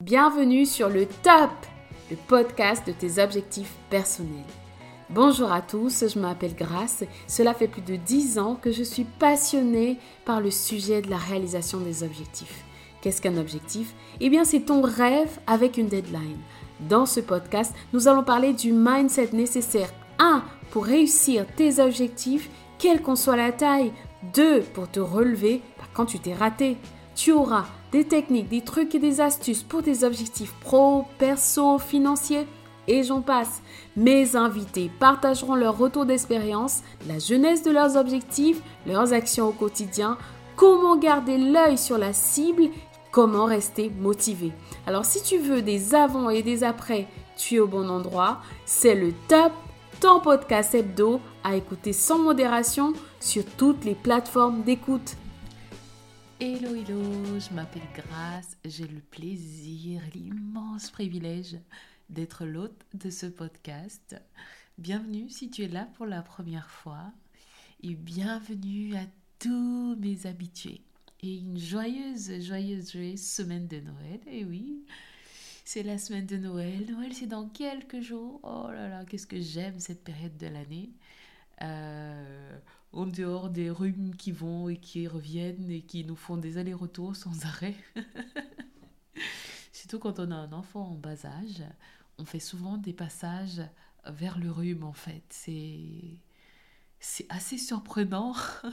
Bienvenue sur le top, le podcast de tes objectifs personnels. Bonjour à tous, je m'appelle Grace. Cela fait plus de 10 ans que je suis passionnée par le sujet de la réalisation des objectifs. Qu'est-ce qu'un objectif ? Eh bien, c'est ton rêve avec une deadline. Dans ce podcast, nous allons parler du mindset nécessaire. 1. Pour réussir tes objectifs, quelle qu'en soit la taille. 2. Pour te relever quand tu t'es raté. Tu auras des techniques, des trucs et des astuces pour tes objectifs pro, perso, financiers et j'en passe. Mes invités partageront leur retour d'expérience, la jeunesse de leurs objectifs, leurs actions au quotidien, comment garder l'œil sur la cible, comment rester motivé. Alors si tu veux des avant et des après, tu es au bon endroit. C'est le top, ton podcast hebdo à écouter sans modération sur toutes les plateformes d'écoute. Hello, je m'appelle Grace, j'ai le plaisir, l'immense privilège d'être l'hôte de ce podcast. Bienvenue si tu es là pour la première fois et bienvenue à tous mes habitués. Et une joyeuse semaine de Noël, et oui, c'est la semaine de Noël. Noël, c'est dans quelques jours. Oh là là, qu'est-ce que j'aime cette période de l'année. En dehors des rhumes qui vont et qui reviennent et qui nous font des allers-retours sans arrêt. Surtout quand on a un enfant en bas âge, on fait souvent des passages vers le rhume en fait. C'est assez surprenant.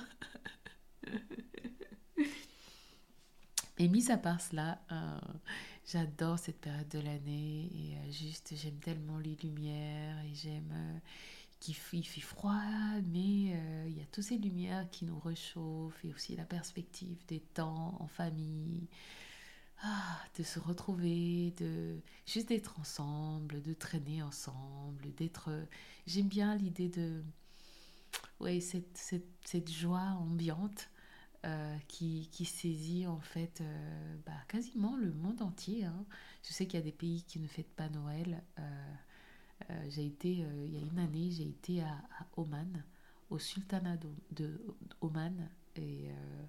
Et mis à part cela, j'adore cette période de l'année et j'aime tellement les lumières et j'aime... il fait froid, mais il y a toutes ces lumières qui nous réchauffent et aussi la perspective des temps en famille, de se retrouver, juste d'être ensemble, de traîner ensemble, j'aime bien l'idée de... Ouais, cette joie ambiante qui saisit en fait quasiment le monde entier. Hein. Je sais qu'il y a des pays qui ne fêtent pas Noël. Il y a une année, j'ai été à Oman, au sultanat de Oman. Et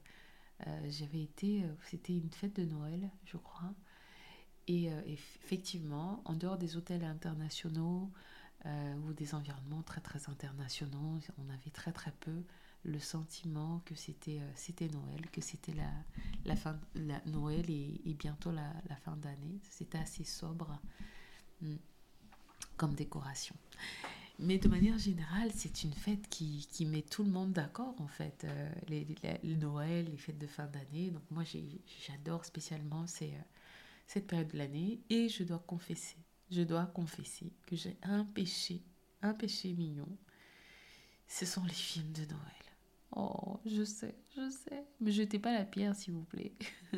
c'était une fête de Noël, je crois. Et effectivement, en dehors des hôtels internationaux ou des environnements très très internationaux, on avait très très peu le sentiment que c'était Noël, que c'était la fin, Noël et bientôt la fin d'année. C'était assez sobre. Comme décoration. Mais de manière générale, c'est une fête qui met tout le monde d'accord, en fait. Les Noël, les fêtes de fin d'année. Donc moi, j'adore spécialement cette période de l'année. Et je dois confesser que j'ai un péché mignon. Ce sont les films de Noël. Oh, je sais. Mais jetez pas la pierre, s'il vous plaît.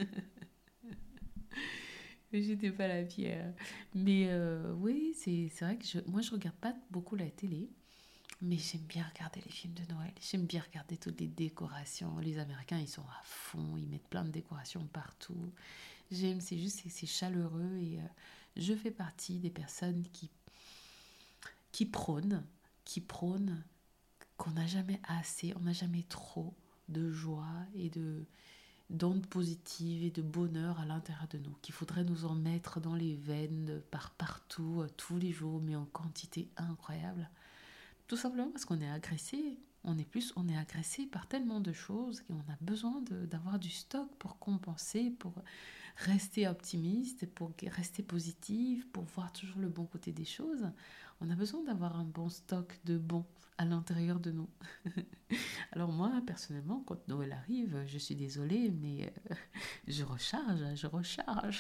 J'étais pas la pierre. Mais oui, c'est vrai que moi, je regarde pas beaucoup la télé, mais j'aime bien regarder les films de Noël. J'aime bien regarder toutes les décorations. Les Américains, ils sont à fond, ils mettent plein de décorations partout. C'est chaleureux et je fais partie des personnes qui prônent qu'on n'a jamais assez, on n'a jamais trop de joie et d'ondes positives et de bonheur à l'intérieur de nous, qu'il faudrait nous en mettre dans les veines partout, tous les jours, mais en quantité incroyable. Tout simplement parce qu'on est agressé. On est agressé par tellement de choses et on a besoin d'avoir du stock pour compenser, pour rester optimiste, pour rester positif, pour voir toujours le bon côté des choses. On a besoin d'avoir un bon stock de bon à l'intérieur de nous. Alors moi, personnellement, quand Noël arrive, je suis désolée, mais je recharge.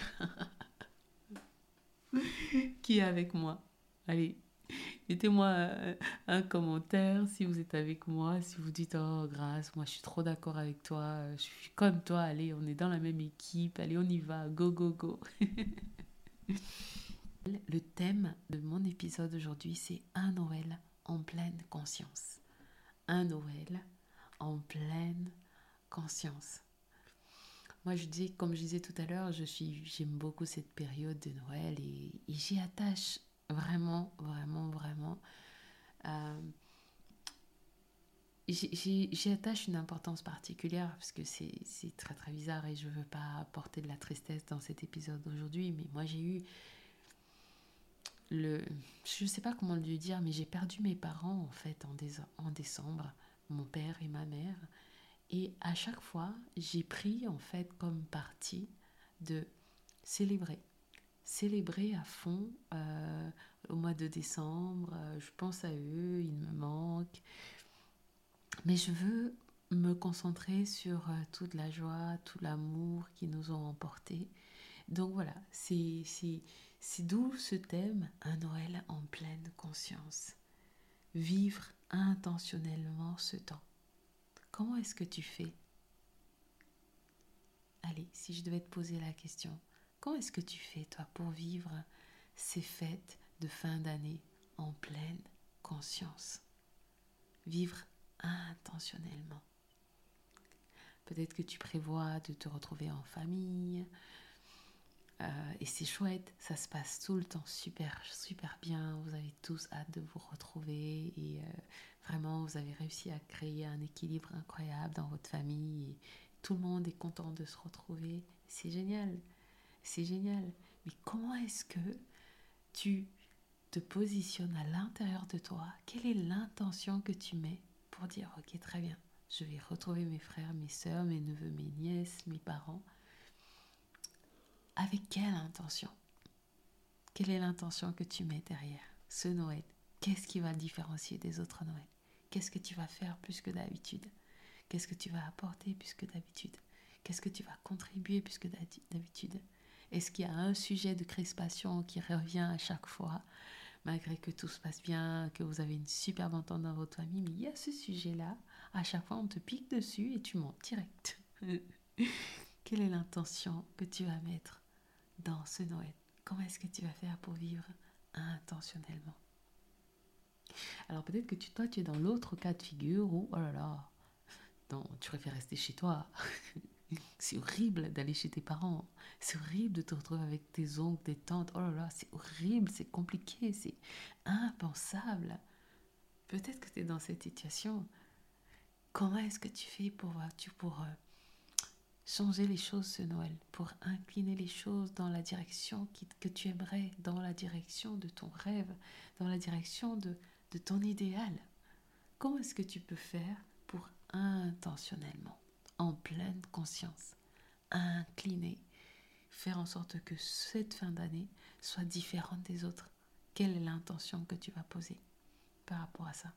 Qui est avec moi? Allez, mettez-moi un commentaire si vous êtes avec moi, si vous dites «Oh, Grâce, moi je suis trop d'accord avec toi, je suis comme toi, allez, on est dans la même équipe, allez, on y va, go, go, go». Le thème de mon épisode aujourd'hui, c'est un Noël en pleine conscience. Un Noël en pleine conscience. Moi, comme je disais tout à l'heure, j'aime beaucoup cette période de Noël et j'y attache vraiment. j'y attache une importance particulière parce que c'est très très bizarre et je veux pas apporter de la tristesse dans cet épisode d'aujourd'hui, mais moi j'ai eu je sais pas comment le dire, mais j'ai perdu mes parents en fait en décembre, mon père et ma mère, et à chaque fois j'ai pris en fait comme parti de célébrer. Célébrer à fond au mois de décembre. Je pense à eux, ils me manquent. Mais je veux me concentrer sur toute la joie, tout l'amour qui nous ont emportés. Donc voilà, c'est d'où ce thème, un Noël en pleine conscience. Vivre intentionnellement ce temps. Comment est-ce que tu fais? Allez, si je devais te poser la question, comment est-ce que tu fais toi pour vivre ces fêtes de fin d'année en pleine conscience? Vivre intentionnellement. Peut-être que tu prévois de te retrouver en famille, et c'est chouette, ça se passe tout le temps super, super bien. Vous avez tous hâte de vous retrouver et vraiment, vous avez réussi à créer un équilibre incroyable dans votre famille et tout le monde est content de se retrouver. C'est génial, c'est génial. Mais comment est-ce que tu te positionnes à l'intérieur de toi? Quelle est l'intention que tu mets pour dire, ok, très bien, je vais retrouver mes frères, mes sœurs, mes neveux, mes nièces, mes parents? Avec quelle intention? Quelle est l'intention que tu mets derrière ce Noël? Qu'est-ce qui va le différencier des autres Noëls? Qu'est-ce que tu vas faire plus que d'habitude? Qu'est-ce que tu vas apporter plus que d'habitude? Qu'est-ce que tu vas contribuer plus que d'habitude? Est-ce qu'il y a un sujet de crispation qui revient à chaque fois, malgré que tout se passe bien, que vous avez une superbe entente dans votre famille, mais il y a ce sujet-là, à chaque fois on te pique dessus et tu montes direct. Quelle est l'intention que tu vas mettre dans ce Noël? Comment est-ce que tu vas faire pour vivre intentionnellement? Alors peut-être que toi, tu es dans l'autre cas de figure où, oh là là, non, tu préfères rester chez toi. C'est horrible d'aller chez tes parents. C'est horrible de te retrouver avec tes oncles, tes tantes. Oh là là, c'est horrible, c'est compliqué, c'est impensable. Peut-être que tu es dans cette situation. Comment est-ce que tu fais pour changer les choses ce Noël, pour incliner les choses dans la direction que tu aimerais, dans la direction de ton rêve, dans la direction de ton idéal? Comment est-ce que tu peux faire pour intentionnellement, en pleine conscience, incliner, faire en sorte que cette fin d'année soit différente des autres? Quelle est l'intention que tu vas poser par rapport à ça?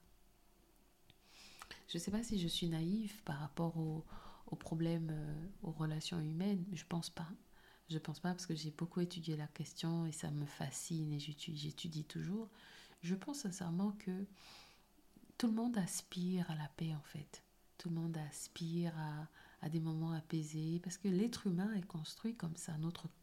Je ne sais pas si je suis naïve par rapport aux problèmes, aux relations humaines. Je pense pas. Je pense pas parce que j'ai beaucoup étudié la question et ça me fascine et j'étudie toujours. Je pense sincèrement que tout le monde aspire à la paix en fait. Tout le monde aspire à des moments apaisés parce que l'être humain est construit comme ça.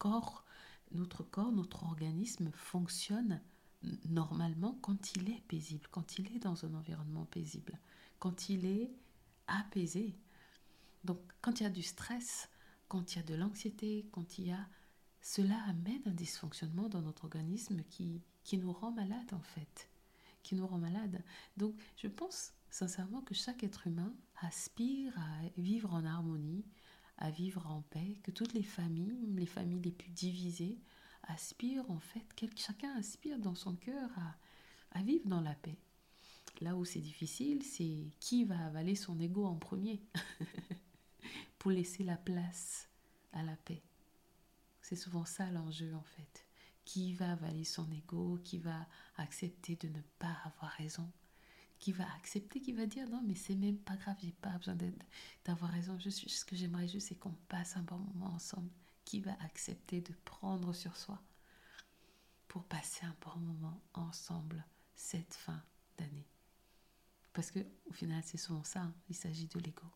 Notre organisme fonctionne normalement quand il est paisible, quand il est dans un environnement paisible, quand il est apaisé. Donc quand il y a du stress, quand il y a de l'anxiété, cela amène un dysfonctionnement dans notre organisme qui nous rend malade en fait, qui nous rend malade. Donc je pense sincèrement que chaque être humain aspire à vivre en harmonie, à vivre en paix, que toutes les familles les plus divisées, aspirent en fait, chacun aspire dans son cœur à vivre dans la paix. Là où c'est difficile, c'est qui va avaler son ego en premier pour laisser la place à la paix. C'est souvent ça l'enjeu en fait. Qui va avaler son ego, qui va accepter de ne pas avoir raison, qui va accepter, qui va dire non mais c'est même pas grave, j'ai pas besoin d'avoir raison, ce que j'aimerais juste c'est qu'on passe un bon moment ensemble, qui va accepter de prendre sur soi pour passer un bon moment ensemble cette fin d'année. Parce que au final c'est souvent ça, hein, il s'agit de l'ego.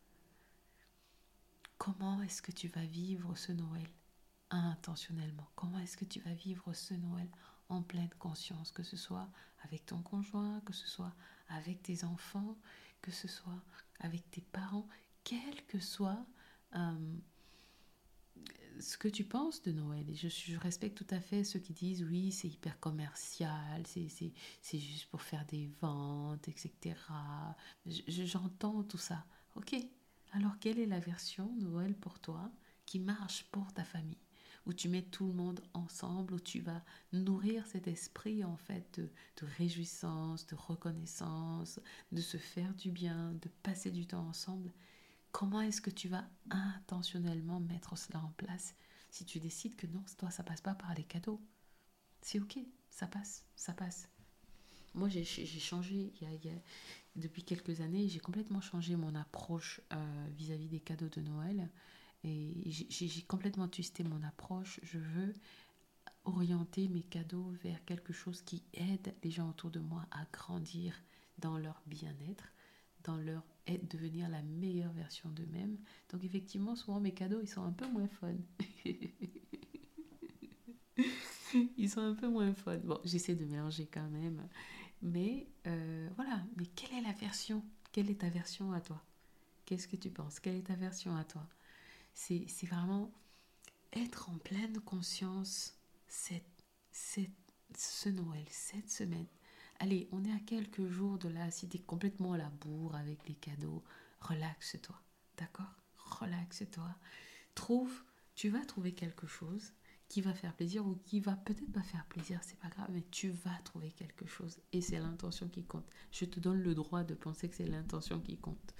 Comment est-ce que tu vas vivre ce Noël intentionnellement? Comment est-ce que tu vas vivre ce Noël en pleine conscience, que ce soit avec ton conjoint, que ce soit avec tes enfants, que ce soit avec tes parents, quel que soit ce que tu penses de Noël. Et je respecte tout à fait ceux qui disent oui, c'est hyper commercial, c'est juste pour faire des ventes, etc. J'entends tout ça. Ok, alors quelle est la version Noël pour toi qui marche pour ta famille? Où tu mets tout le monde ensemble, où tu vas nourrir cet esprit en fait de réjouissance, de reconnaissance, de se faire du bien, de passer du temps ensemble. Comment est-ce que tu vas intentionnellement mettre cela en place si tu décides que non, toi, ça passe pas par les cadeaux? C'est ok, ça passe, ça passe. Moi, j'ai changé, depuis quelques années, j'ai complètement changé mon approche vis-à-vis des cadeaux de Noël. Et j'ai complètement twisté mon approche. Je veux orienter mes cadeaux vers quelque chose qui aide les gens autour de moi à grandir dans leur bien-être, dans leur devenir la meilleure version d'eux-mêmes. Donc effectivement, souvent mes cadeaux, ils sont un peu moins fun. Ils sont un peu moins fun. Bon, j'essaie de mélanger quand même. Mais voilà, mais quelle est la version? Quelle est ta version à toi? Qu'est-ce que tu penses? Quelle est ta version à toi? C'est vraiment être en pleine conscience cette, cette, ce Noël, cette semaine. Allez, on est à quelques jours de là, si t'es complètement à la bourre avec les cadeaux, relaxe-toi, d'accord? Relaxe-toi. Trouve, tu vas trouver quelque chose qui va faire plaisir ou qui va peut-être pas faire plaisir, c'est pas grave, mais tu vas trouver quelque chose et c'est l'intention qui compte. Je te donne le droit de penser que c'est l'intention qui compte.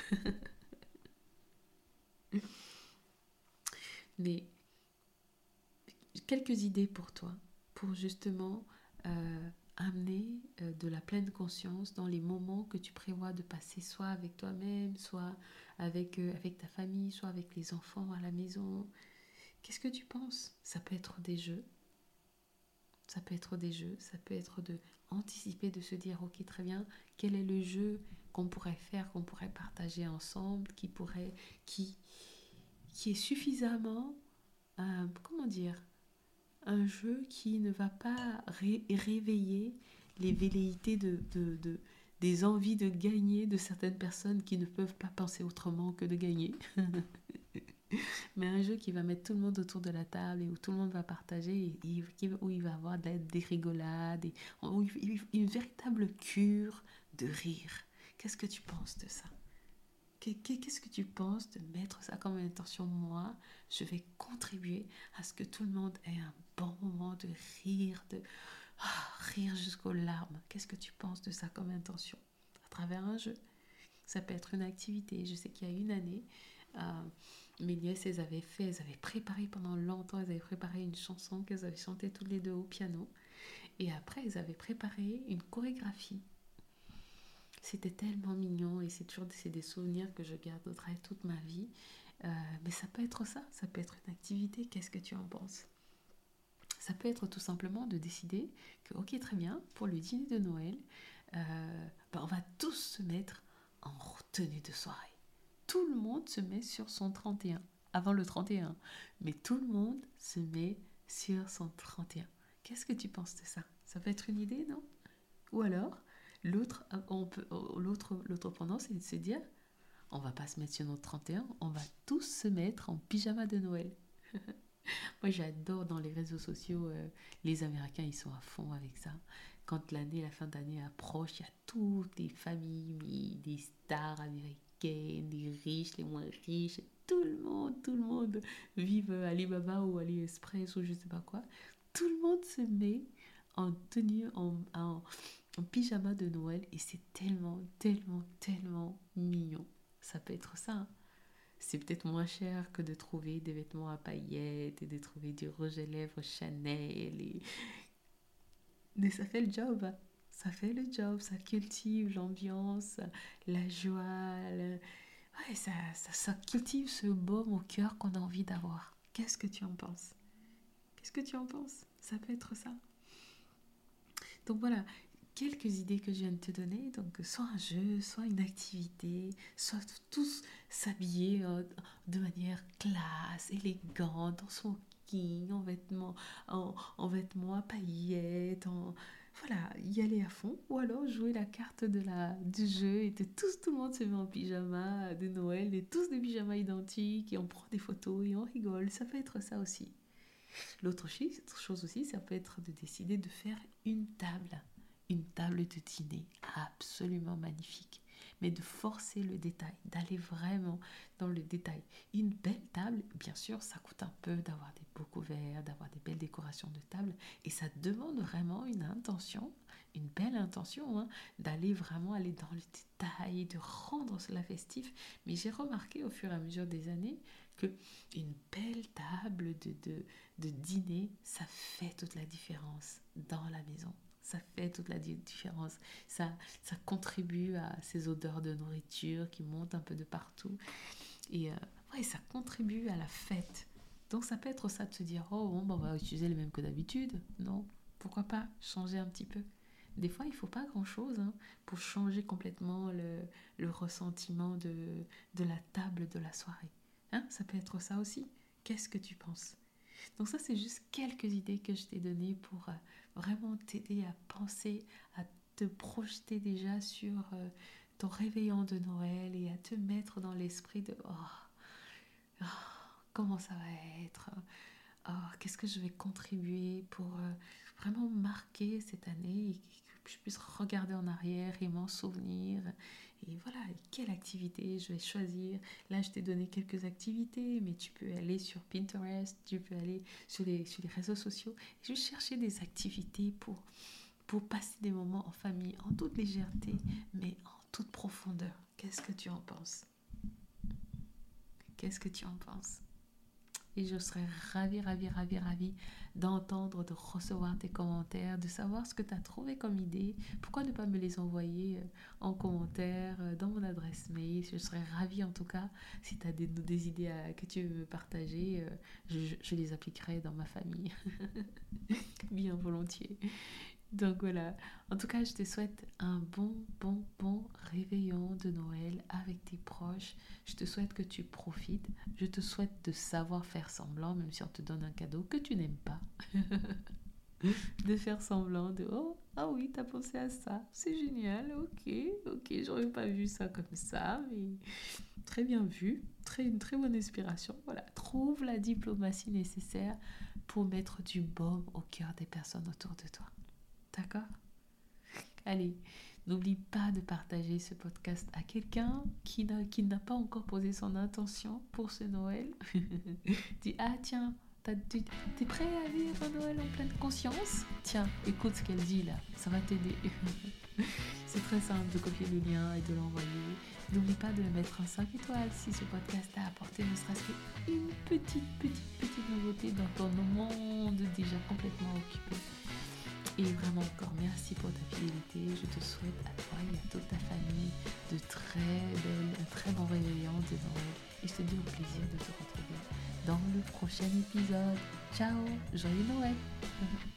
Mais quelques idées pour toi, pour justement amener de la pleine conscience dans les moments que tu prévois de passer, soit avec toi-même, soit avec ta famille, soit avec les enfants à la maison. Qu'est-ce que tu penses? Ça peut être des jeux, ça peut être des jeux, ça peut être de anticiper, de se dire, ok, très bien, quel est le jeu qu'on pourrait faire, qu'on pourrait partager ensemble, qui, qui est suffisamment, comment dire, un jeu qui ne va pas réveiller les velléités des envies de gagner de certaines personnes qui ne peuvent pas penser autrement que de gagner. Mais un jeu qui va mettre tout le monde autour de la table et où tout le monde va partager, où il va y avoir des rigolades, une véritable cure de rire. Qu'est-ce que tu penses de ça? Qu'est-ce que tu penses de mettre ça comme intention? Moi, je vais contribuer à ce que tout le monde ait un bon moment de rire, rire jusqu'aux larmes. Qu'est-ce que tu penses de ça comme intention? À travers un jeu. Ça peut être une activité. Je sais qu'il y a une année, mes nièces, elles avaient préparé pendant longtemps, elles avaient préparé une chanson qu'elles avaient chantée toutes les deux au piano. Et après, elles avaient préparé une chorégraphie. C'était tellement mignon et c'est des souvenirs que je garderai toute ma vie. Mais ça peut être ça peut être une activité. Qu'est-ce que tu en penses? Ça peut être tout simplement de décider que, ok, très bien, pour le dîner de Noël, on va tous se mettre en tenue de soirée. Tout le monde se met sur son 31, avant le 31, mais tout le monde se met sur son 31. Qu'est-ce que tu penses de ça? Ça peut être une idée, non? Ou alors, l'autre pendant, c'est de se dire, on va pas se mettre sur notre 31, on va tous se mettre en pyjama de Noël. Moi, j'adore dans les réseaux sociaux, les Américains, ils sont à fond avec ça. Quand la fin d'année approche, il y a toutes les familles, des stars américaines, les riches, les moins riches, tout le monde vive Alibaba ou AliExpress ou je sais pas quoi. Tout le monde se met en tenue, en pyjama de Noël et c'est tellement, tellement, tellement mignon. Ça peut être ça, hein. C'est peut-être moins cher que de trouver des vêtements à paillettes et de trouver du rouge à lèvres Chanel. Mais ça fait le job. Ça fait le job. Ça cultive l'ambiance, la joie. Ouais, ça cultive ce baume au cœur qu'on a envie d'avoir. Qu'est-ce que tu en penses? Qu'est-ce que tu en penses? Ça peut être ça. Donc voilà, quelques idées que je viens de te donner. Donc soit un jeu, soit une activité, soit tous s'habiller de manière classe, élégante, en smoking, en vêtements à paillettes, voilà, y aller à fond, ou alors jouer la carte du jeu et tout le monde se met en pyjama de Noël, et tous des pyjamas identiques, et on prend des photos et on rigole. Ça peut être ça aussi. L'autre chose aussi, ça peut être de décider de faire une table de dîner absolument magnifique, mais de forcer le détail, d'aller vraiment dans le détail. Une belle table, bien sûr, ça coûte un peu d'avoir des beaux couverts, d'avoir des belles décorations de table, et ça demande vraiment une belle intention, hein, d'aller vraiment aller dans le détail, de rendre cela festif. Mais j'ai remarqué au fur et à mesure des années que une belle table de dîner, ça fait toute la différence dans la maison. Ça fait toute la différence. Ça contribue à ces odeurs de nourriture qui montent un peu de partout. Et ouais, ça contribue à la fête. Donc ça peut être ça de se dire, oh bon, on va utiliser les mêmes que d'habitude. Non, pourquoi pas changer un petit peu. Des fois, il ne faut pas grand-chose, hein, pour changer complètement le ressentiment de la table de la soirée. Hein, ça peut être ça aussi. Qu'est-ce que tu penses? Donc ça, c'est juste quelques idées que je t'ai données pour vraiment t'aider à penser, à te projeter déjà sur ton réveillon de Noël et à te mettre dans l'esprit de oh, comment ça va être, oh, qu'est-ce que je vais contribuer pour vraiment marquer cette année et que je puisse regarder en arrière et m'en souvenir. Et voilà, quelle activité je vais choisir. Là, je t'ai donné quelques activités, mais tu peux aller sur Pinterest, tu peux aller sur les réseaux sociaux et juste chercher des activités pour passer des moments en famille, en toute légèreté, mais en toute profondeur. Qu'est-ce que tu en penses? Qu'est-ce que tu en penses? Et je serais ravie d'entendre, de recevoir tes commentaires, de savoir ce que tu as trouvé comme idée. Pourquoi ne pas me les envoyer en commentaire dans mon adresse mail? Je serais ravie en tout cas. Si tu as des idées que tu veux me partager, je les appliquerai dans ma famille. Bien volontiers. Donc voilà, en tout cas, je te souhaite un bon réveillon de Noël avec tes proches. Je te souhaite que tu profites. Je te souhaite de savoir faire semblant, même si on te donne un cadeau que tu n'aimes pas. De faire semblant de oh, ah oui, t'as pensé à ça, c'est génial, ok, j'aurais pas vu ça comme ça, mais très bien vu, une très bonne inspiration. Voilà, trouve la diplomatie nécessaire pour mettre du baume au cœur des personnes autour de toi. D'accord? Allez, n'oublie pas de partager ce podcast à quelqu'un qui n'a pas encore posé son intention pour ce Noël. Dis, ah tiens, t'es prêt à vivre Noël en pleine conscience? Tiens, écoute ce qu'elle dit là, ça va t'aider. C'est très simple de copier le lien et de l'envoyer. N'oublie pas de mettre un 5 étoiles si ce podcast t'a apporté ne serait-ce qu'une petite nouveauté dans ton monde déjà complètement occupé. Et vraiment encore merci pour ta fidélité. Je te souhaite à toi et à toute ta famille de un très bon réveillon de Noël. Et je te dis au plaisir de te retrouver dans le prochain épisode. Ciao, joyeux Noël!